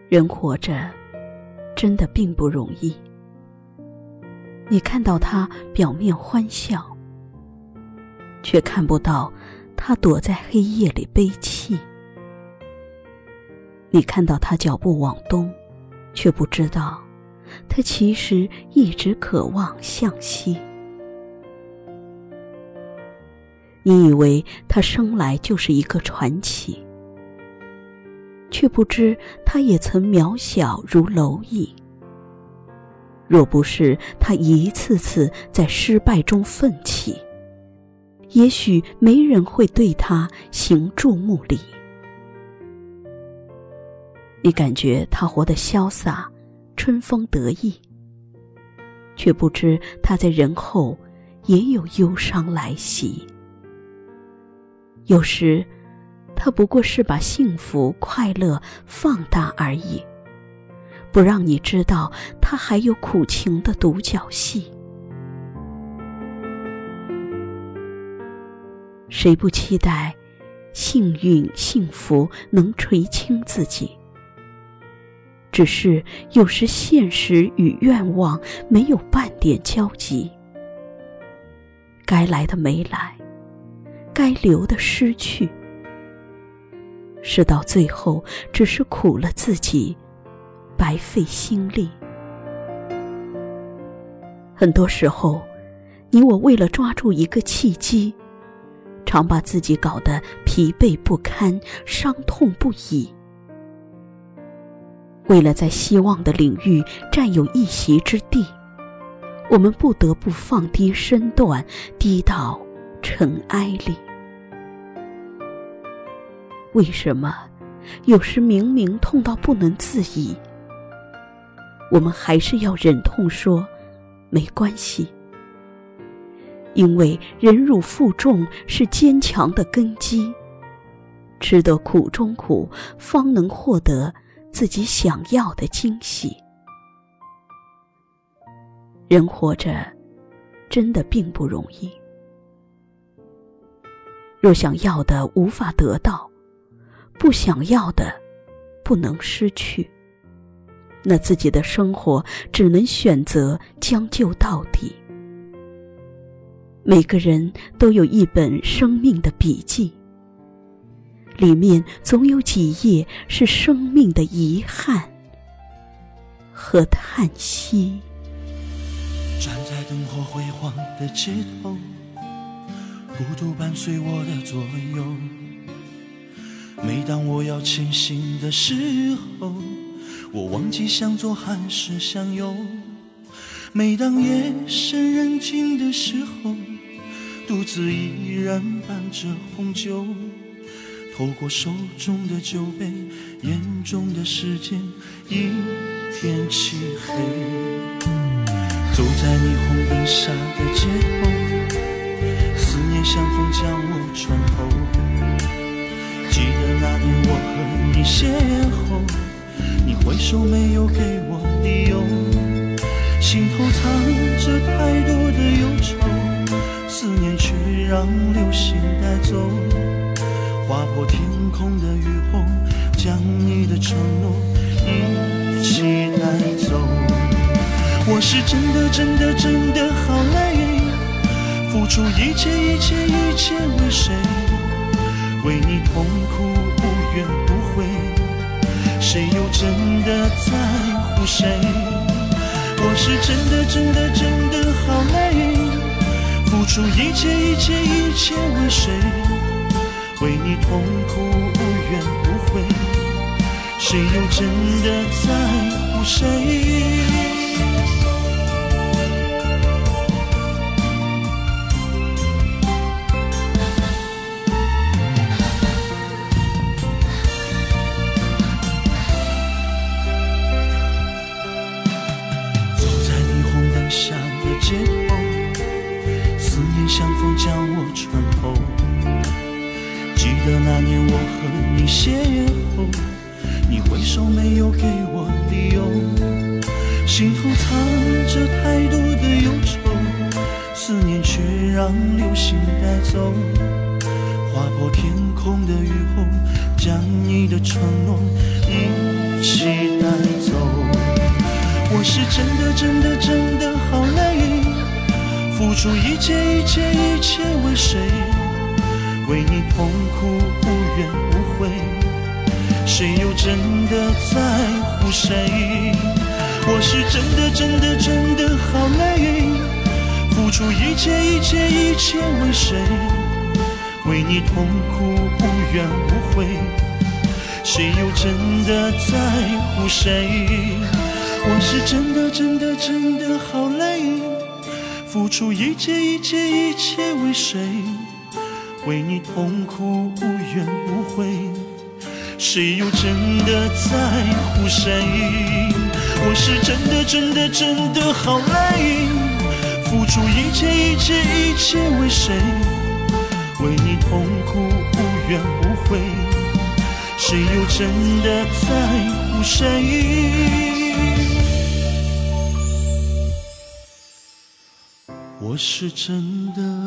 人活着真的并不容易。你看到他表面欢笑，却看不到他躲在黑夜里悲泣。你看到他脚步往东，却不知道他其实一直渴望向西。你以为他生来就是一个传奇，却不知他也曾渺小如蝼蚁。若不是他一次次在失败中奋起，也许没人会对他行注目礼。你感觉他活得潇洒，春风得意，却不知他在人后也有忧伤来袭。有时他不过是把幸福快乐放大而已，不让你知道他还有苦情的独角戏。谁不期待幸运幸福能垂青自己？只是有时现实与愿望没有半点交集，该来的没来，该留的失去，事到最后只是苦了自己，白费心力。很多时候，你我为了抓住一个契机，常把自己搞得疲惫不堪，伤痛不已。为了在希望的领域占有一席之地，我们不得不放低身段，低到尘埃里。为什么有时明明痛到不能自已，我们还是要忍痛说没关系？因为忍辱负重是坚强的根基，吃得苦中苦，方能获得自己想要的惊喜。人活着真的并不容易，若想要的无法得到，不想要的不能失去，那自己的生活只能选择将就到底。每个人都有一本生命的笔记，里面总有几页是生命的遗憾和叹息。 站在灯火辉煌的街头，孤独伴随我的左右。每当我要前行的时候，我忘记向左还是向右。每当夜深人静的时候，独自一人伴着红酒，透过手中的酒杯，眼中的世界一片漆黑。走在霓虹灯下的街头，思念像风将我穿透。记得那年我和你邂逅，你挥手没有给我理由，心头藏着太多的忧愁，思念却让流星带走，划破天空的雨虹，将你的承诺一起带走。我是真的真的真的好累，付出一切一切一切为谁？为你痛苦无怨无悔，谁又真的在乎谁？我是真的真的真的好累，付出一切一切一切为谁？为你痛苦无怨无悔，谁又真的在乎谁？下的街头，思念像风将我穿透。记得那年我和你邂逅，你挥手没有给我理由，心头藏着太多的忧愁，思念却让流星带走， 划破天空的雨后，将你的承诺一起带走。我是真的真的真的好累，付出一切一切一切为谁？为你痛苦无怨无悔，谁又真的在乎谁？我是真的真的真的好累，付出一切一切一切为谁？为你痛苦无怨无悔，谁又真的在乎谁？我是真的真的真的好累，付出一切一切一切为谁？为你痛苦无怨无悔，谁又真的在乎谁？我是真的真的真的好累，付出一切一切一切为谁？为你痛苦无怨无悔，谁又真的在乎谁？我是真的